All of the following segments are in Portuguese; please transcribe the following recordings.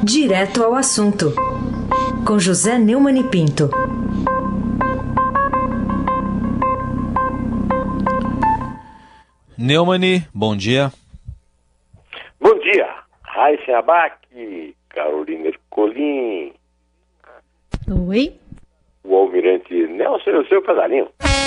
Direto ao assunto, com José Neumann e Pinto. Neumann, bom dia. Bom dia, Raíssa Abac, Carolina Ercolim. Oi. O almirante Nelson e o seu pedalinho.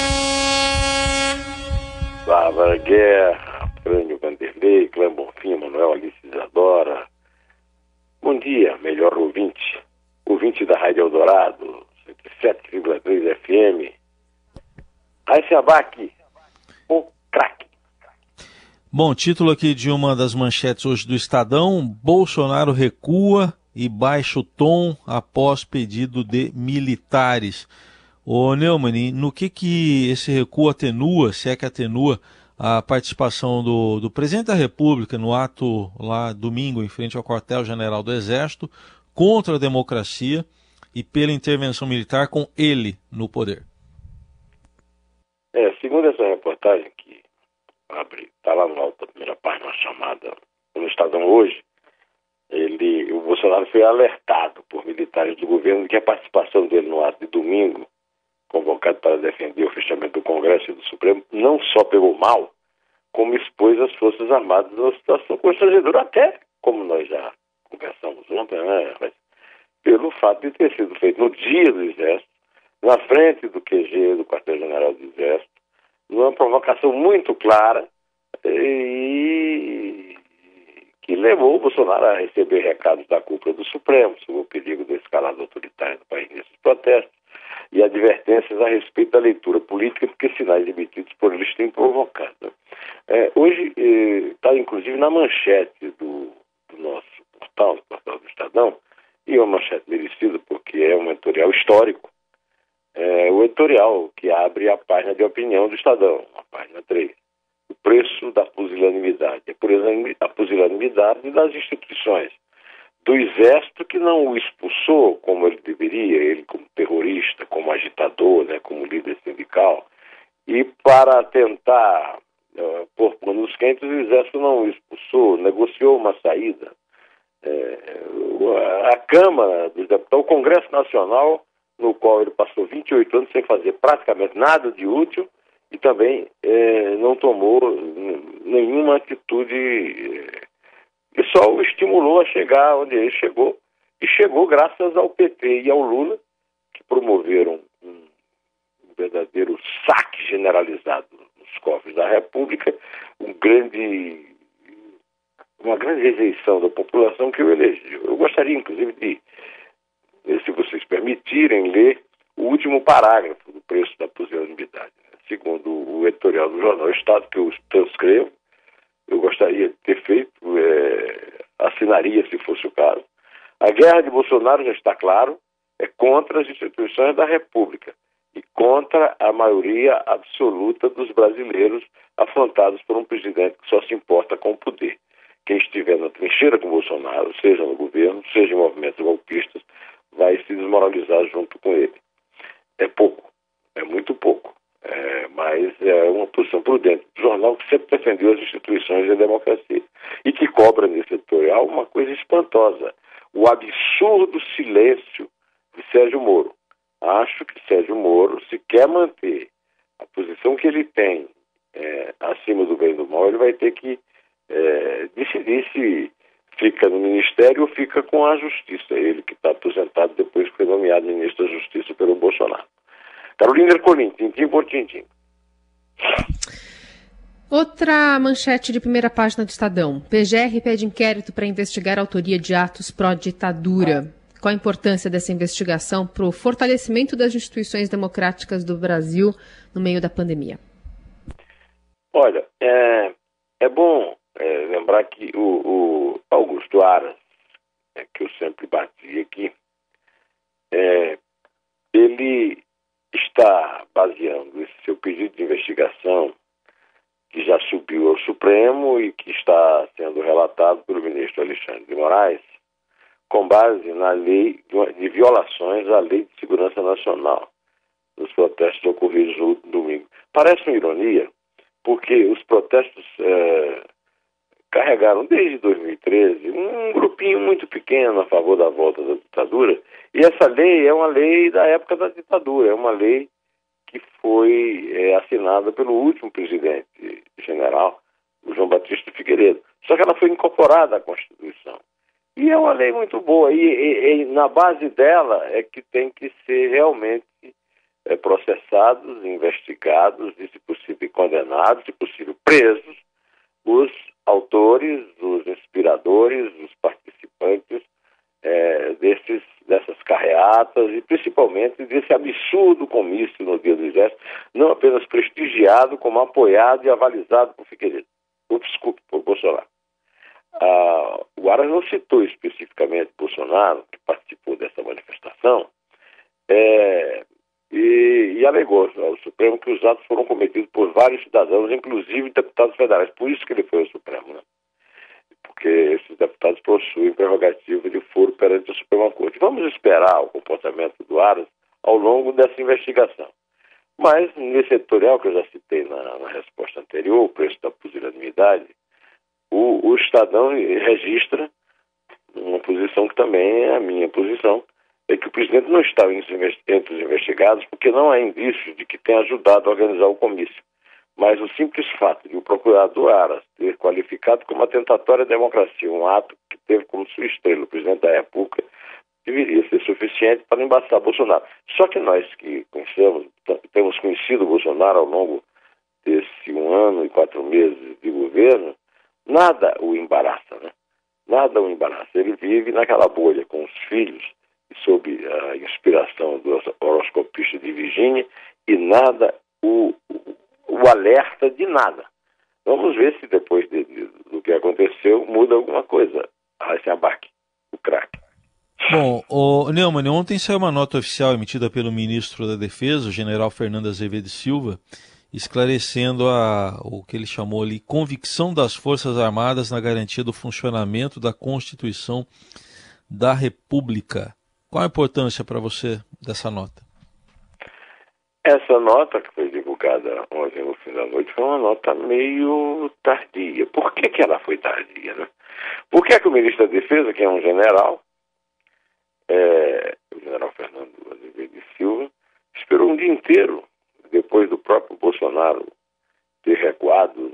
Bárbara Guerra, Frânio Vanderlei, Clã Bonfim, Manuel Alice Isadora. Bom dia, melhor ouvinte da Rádio Eldorado, 107,3 FM. Raíssa Abac, o craque. Bom, título aqui de uma das manchetes hoje do Estadão: Bolsonaro recua e baixa o tom após pedido de militares. Ô Neumann, no que esse recuo atenua, se é que atenua, a participação do presidente da República no ato lá domingo em frente ao quartel-general do Exército contra a democracia e pela intervenção militar com ele no poder? Segundo essa reportagem que está lá no alto da primeira página, chamada no Estadão hoje, o Bolsonaro foi alertado por militares do governo de que a participação dele no ato de domingo, convocado para defender o fechamento do Congresso e do Supremo, não só pegou mal, como expôs as Forças Armadas numa situação constrangedora, até como nós já conversamos ontem, né? Mas pelo fato de ter sido feito no dia do Exército, na frente do QG, do Quartel-General do Exército, numa provocação muito clara e que levou o Bolsonaro a receber recados da cúpula do Supremo sobre o perigo da escalada autoritária do país nesses protestos e advertências a respeito da leitura política que sinais emitidos por eles têm provocado. Hoje está inclusive na manchete do nosso portal, do portal do Estadão, e é uma manchete merecida porque é um editorial histórico. O editorial que abre a página de opinião do Estadão, a página 3. O preço da pusilanimidade. A pusilanimidade das instituições. Do Exército, que não o expulsou como ele deveria, ele como terrorista, como agitador, né, como líder sindical. E para tentar pôr panos quentes, o Exército não o expulsou, negociou uma saída. A Câmara dos Deputados, o Congresso Nacional, no qual ele passou 28 anos sem fazer praticamente nada de útil e também não tomou nenhuma atitude que só o estimulou a chegar onde ele chegou, e chegou graças ao PT e ao Lula, que promoveram um verdadeiro saque generalizado nos cofres da República, uma grande rejeição da população que o elegeu. Eu gostaria, inclusive, de, se vocês permitirem, ler o último parágrafo do preço da pusilanimidade. Segundo o editorial do jornal Estado, que eu transcrevo, eu gostaria de ter feito, assinaria se fosse o caso. A guerra de Bolsonaro, já está claro, é contra as instituições da República e contra a maioria absoluta dos brasileiros afrontados por um presidente que só se importa com o poder. Quem estiver na trincheira com Bolsonaro, seja no governo, seja em movimentos golpistas, vai se desmoralizar junto com ele. É pouco, é muito pouco, mas é uma posição prudente do jornal, que sempre defendeu as instituições e a democracia e que cobra nesse editorial uma coisa espantosa: o absurdo silêncio de Sérgio Moro. Acho que Sérgio Moro, se quer manter a posição que ele tem acima do bem e do mal, ele vai ter que decidir se fica no Ministério ou fica com a Justiça. Ele que está aposentado depois que foi nomeado ministro da Justiça pelo Bolsonaro. Carolina Ercolim, tintim por tintim. Outra manchete de primeira página do Estadão. PGR pede inquérito para investigar a autoria de atos pró-ditadura. Qual a importância dessa investigação para o fortalecimento das instituições democráticas do Brasil no meio da pandemia? Olha, é bom lembrar que o Augusto Aras, que eu sempre bati aqui, ele está baseando esse seu pedido de investigação, que já subiu ao Supremo e que está sendo relatado pelo ministro Alexandre de Moraes, com base na lei de violações à Lei de Segurança Nacional, nos protestos ocorridos no domingo. Parece uma ironia, porque os protestos carregaram desde 2013 um grupinho muito pequeno a favor da volta da ditadura, e essa lei é uma lei da época da ditadura, é uma lei que foi assinada pelo último presidente general, o João Batista Figueiredo. Só que ela foi incorporada à Constituição. E é uma lei muito boa, e na base dela é que tem que ser realmente processados, investigados, e se possível condenados, se possível presos, os autores, os inspiradores, os participantes dessas carreatas e principalmente desse absurdo comício no Dia do Exército, não apenas prestigiado, como apoiado e avalizado por Figueiredo. Desculpe, por Bolsonaro. O Aras não citou especificamente Bolsonaro, que participou dessa manifestação, e alegou ao Supremo que os atos foram cometidos por vários cidadãos, inclusive deputados federais. Por isso que ele foi ao Supremo, né? Porque esses deputados possuem prerrogativa de foro perante a Suprema Corte. Vamos esperar o comportamento do Aras ao longo dessa investigação. Mas, nesse editorial que eu já citei na resposta anterior, o preço da pusilanimidade, o Estadão registra uma posição que também é a minha posição, é que o presidente não estava entre os investigados porque não há indícios de que tenha ajudado a organizar o comício. Mas o simples fato de o procurador Aras ter qualificado como atentatória à democracia um ato que teve como sua estrela o presidente da República deveria ser suficiente para embaçar Bolsonaro. Só que nós que temos conhecido Bolsonaro ao longo desse 1 ano e 4 meses de governo, nada o embaraça, né? Nada o embaraça. Ele vive naquela bolha com os filhos, sob a inspiração do horoscopista de Virgínia, e nada o alerta de nada. Vamos ver se depois do que aconteceu muda alguma coisa. Esse abaque, o craque. Bom, o Neumann, ontem saiu uma nota oficial emitida pelo ministro da Defesa, o general Fernando Azevedo Silva, esclarecendo o que ele chamou ali convicção das Forças Armadas na garantia do funcionamento da Constituição da República. Qual a importância para você dessa nota? Essa nota que foi divulgada ontem no fim da noite foi uma nota meio tardia. Por que ela foi tardia, né? Por que o ministro da Defesa, que é um general, o general Fernando Azevedo Silva, esperou um dia inteiro, depois do próprio Bolsonaro ter recuado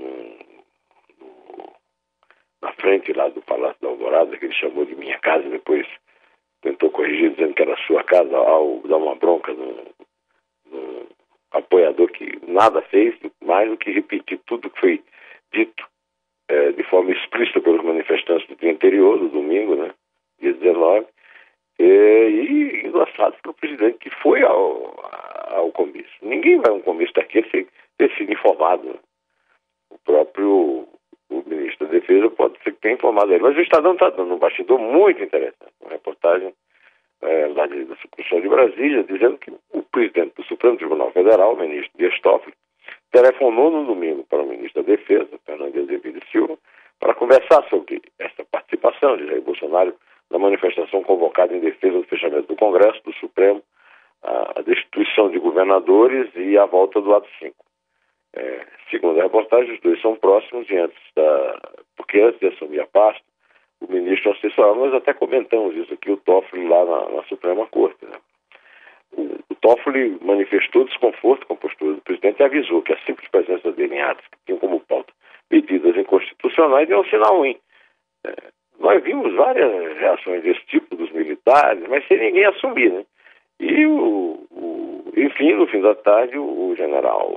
na frente lá do Palácio da Alvorada, que ele chamou de minha casa, depois tentou corrigir dizendo que era sua casa, ao dar uma bronca no apoiador que nada fez mais do que repetir tudo que foi dito de forma explícita pelos manifestantes do dia anterior, do domingo, né, dia 19, e endossado pelo presidente que foi ao comício. Ninguém vai a um comício daquele sem ter sido informado, né? O próprio ministro da Defesa pode ser que tenha informado ele. Mas o Estadão está dando um bastidor muito interessante, uma reportagem lá da Sucursal de Brasília, dizendo que o presidente do Supremo Tribunal Federal, o ministro Dias Toffoli, telefonou no domingo para o ministro da Defesa, Fernando Azevedo Silva, para conversar sobre essa participação de Jair Bolsonaro na manifestação convocada em defesa do fechamento do Congresso, do Supremo, a destituição de governadores e a volta do ato 5. Segundo a reportagem, os dois são próximos porque antes de assumir a pasta, o ministro assessorava, nós até comentamos isso aqui, o Toffoli lá na Suprema Corte, né? O Toffoli manifestou desconforto com a postura do presidente e avisou que a simples presença dele em atos que tinham como pauta medidas inconstitucionais é um sinal ruim. Nós vimos várias reações desse tipo dos militares, mas sem ninguém assumir, né? E, enfim, no fim da tarde, o general...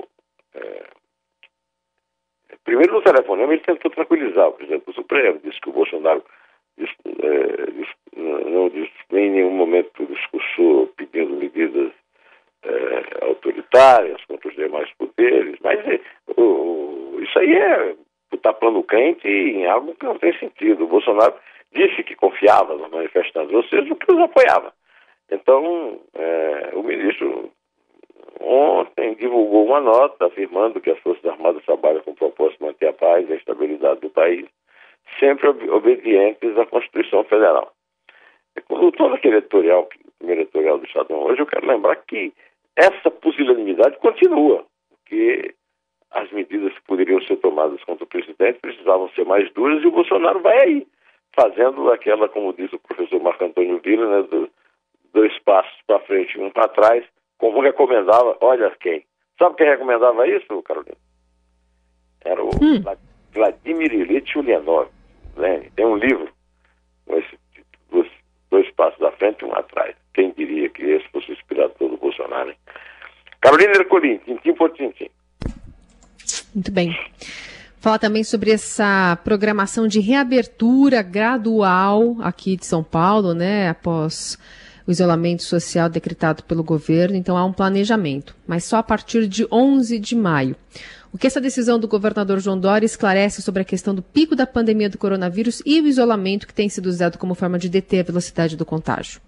primeiro no telefonema ele tentou tranquilizar o presidente do Supremo, disse que o Bolsonaro não disse em nenhum momento discursou pedindo medidas autoritárias contra os demais poderes, mas isso aí é botar plano quente em algo que não tem sentido. O Bolsonaro disse que confiava nos manifestantes, ou seja, que os apoiava. Então, o ministro ontem divulgou uma nota afirmando que as Forças Armadas trabalham com o propósito de manter a paz e a estabilidade do país, sempre obedientes à Constituição Federal. Quando todo aquele primeiro editorial do Estadão hoje, eu quero lembrar que essa pusilanimidade continua, porque as medidas que poderiam ser tomadas contra o presidente precisavam ser mais duras, e o Bolsonaro vai aí, fazendo aquela, como diz o professor Marco Antônio Villa, né, 2 passos para frente e 1 para trás, como recomendava, olha quem. Sabe quem recomendava isso, Carolina? Era o Vladimir Ilyich Ulyanov. Né? Tem um livro com esse título, 2 passos à frente e 1 atrás. Quem diria que esse fosse o inspirador do Bolsonaro, hein? Carolina Ercolim, tintim por tintim. Muito bem. Fala também sobre essa programação de reabertura gradual aqui de São Paulo, né, após o isolamento social decretado pelo governo. Então há um planejamento, mas só a partir de 11 de maio. O que essa decisão do governador João Dória esclarece sobre a questão do pico da pandemia do coronavírus e o isolamento que tem sido usado como forma de deter a velocidade do contágio?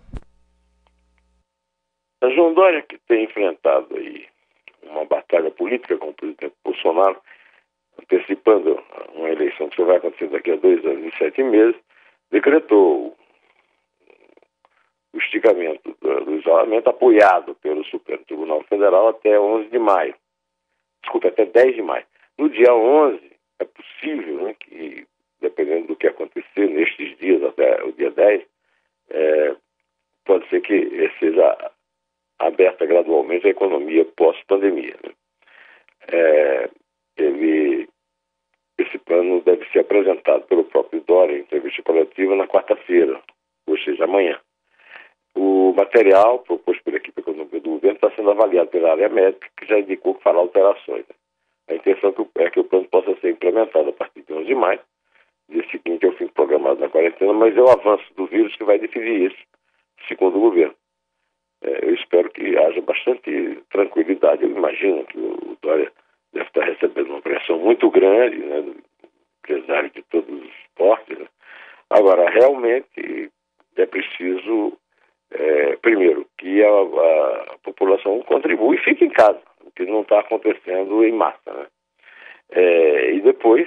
A João Dória, que tem enfrentado aí uma batalha política com o presidente Bolsonaro, antecipando uma eleição que só vai acontecer daqui a 2 anos e 7 meses, decretou o esticamento do isolamento apoiado pelo Supremo Tribunal Federal até 11 de maio. Desculpa, até 10 de maio. No dia 11, é possível, né, que, dependendo do que acontecer nestes dias até o dia 10, pode ser que seja aberta gradualmente a economia pós-pandemia. Né? Esse plano deve ser apresentado pelo próprio Dória em entrevista coletiva na quarta-feira, ou seja, amanhã. O material proposto pela equipe econômica do governo está sendo avaliado pela área médica, que já indicou que fará alterações. Né? A intenção é que o plano possa ser implementado a partir de 11 de maio, dia seguinte ao fim programado na quarentena, mas é o avanço do vírus que vai definir isso, segundo o governo. Eu espero que haja bastante tranquilidade. Eu imagino que o Dória deve estar recebendo uma pressão muito grande, né, do empresário de todos os portes. Né? Agora, realmente é preciso, primeiro, que a população contribua e fique em casa, o que não está acontecendo em massa. Né? E depois,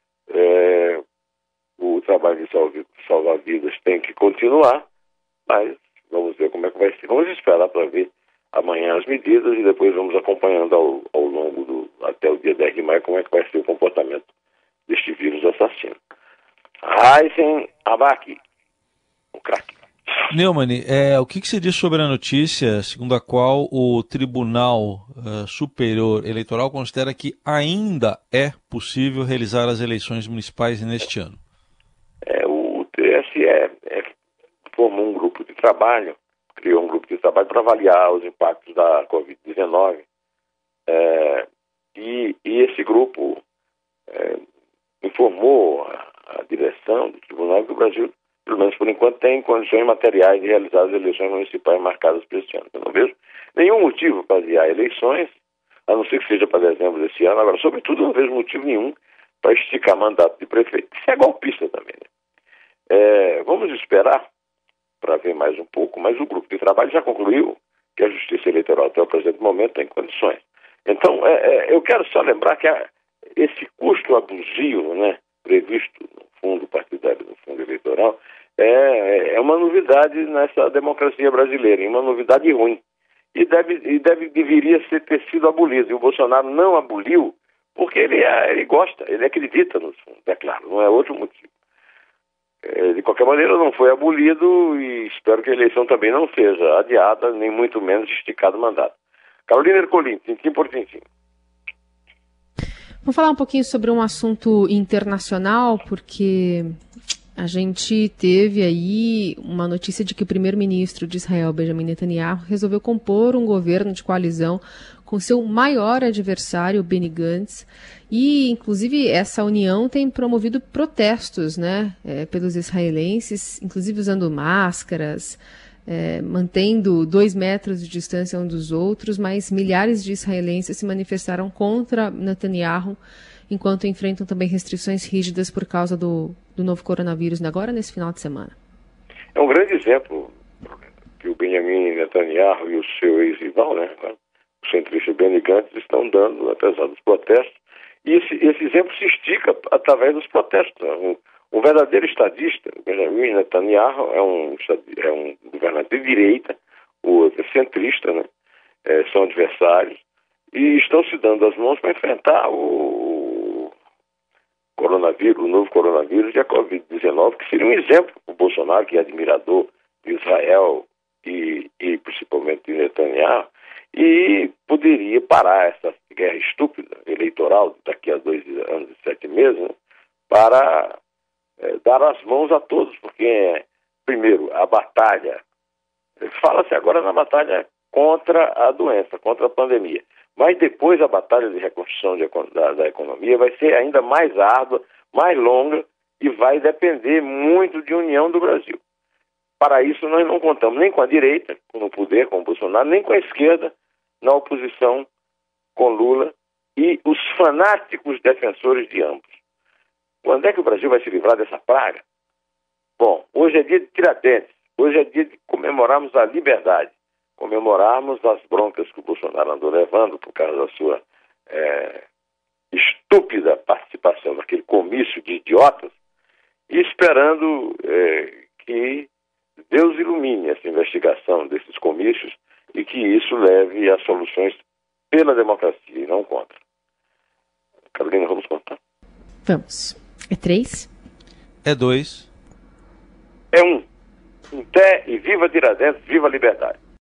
o trabalho de salvar vidas tem que continuar, mas vamos ver como é que vai ser. Vamos esperar para ver amanhã as medidas e depois vamos acompanhando ao longo até o dia 10 de maio como é que vai ser o comportamento deste vírus assassino. Raíssen Abac, o craque. Neumann, o que se diz sobre a notícia segundo a qual o Tribunal Superior Eleitoral considera que ainda é possível realizar as eleições municipais neste ano? O TSE formou um grupo de trabalho, criou um grupo de trabalho para avaliar os impactos da Covid-19 e esse grupo informou a direção do Tribunal que o Brasil, pelo menos por enquanto, tem condições materiais de realizar as eleições municipais marcadas para este ano. Eu não vejo nenhum motivo para adiar eleições, a não ser que seja para dezembro desse ano. Agora, sobretudo, não vejo motivo nenhum para esticar mandato de prefeito. Isso é golpista também, né? Vamos esperar para ver mais um pouco, mas o grupo de trabalho já concluiu que a Justiça Eleitoral até o presente momento tem condições. Então, eu quero só lembrar que esse custo abusivo, né, previsto no fundo partidário, no fundo eleitoral, é uma novidade nessa democracia brasileira, uma novidade ruim. E deveria ter sido abolido. E o Bolsonaro não aboliu porque ele gosta, ele acredita nos fundos, é claro, não é outro motivo. De qualquer maneira, não foi abolido e espero que a eleição também não seja adiada, nem muito menos esticado o mandato. Carolina Ercolim, tintim por tintim. Vamos falar um pouquinho sobre um assunto internacional, porque a gente teve aí uma notícia de que o primeiro-ministro de Israel, Benjamin Netanyahu, resolveu compor um governo de coalizão com seu maior adversário, Benny Gantz, e, inclusive, essa união tem promovido protestos, né, pelos israelenses, inclusive usando máscaras, mantendo 2 metros de distância um dos outros, mas milhares de israelenses se manifestaram contra Netanyahu, enquanto enfrentam também restrições rígidas por causa do novo coronavírus, agora nesse final de semana. É um grande exemplo que o Benjamin Netanyahu e o seu ex-rival, né, o centrista Benny Gantz, estão dando, apesar dos protestos, e esse exemplo se estica através dos protestos. Um verdadeiro estadista, Benjamin Netanyahu, é um governante de direita, o outro é centrista, né, são adversários, e estão se dando as mãos para enfrentar o coronavírus, o novo coronavírus e a Covid-19, que seria um exemplo para o Bolsonaro, que é admirador de Israel e principalmente de Netanyahu, e poderia parar essa guerra estúpida eleitoral daqui a 2 anos e 7 meses, né, para dar as mãos a todos, porque, primeiro, a batalha, fala-se agora na batalha contra a doença, contra a pandemia, mas depois a batalha de reconstrução da economia vai ser ainda mais árdua, mais longa e vai depender muito de união do Brasil. Para isso nós não contamos nem com a direita, no poder, com o Bolsonaro, nem com a esquerda, na oposição com Lula e os fanáticos defensores de ambos. Quando é que o Brasil vai se livrar dessa praga? Bom, hoje é dia de Tiradentes, hoje é dia de comemorarmos a liberdade, comemorarmos as broncas que o Bolsonaro andou levando por causa da sua estúpida participação naquele comício de idiotas e esperando que Deus ilumine essa investigação desses comícios e que isso leve a soluções pela democracia e não contra. Carolina, vamos contar? Vamos. É 3? É 2. É 1. Em pé e viva Tiradentes, viva a liberdade.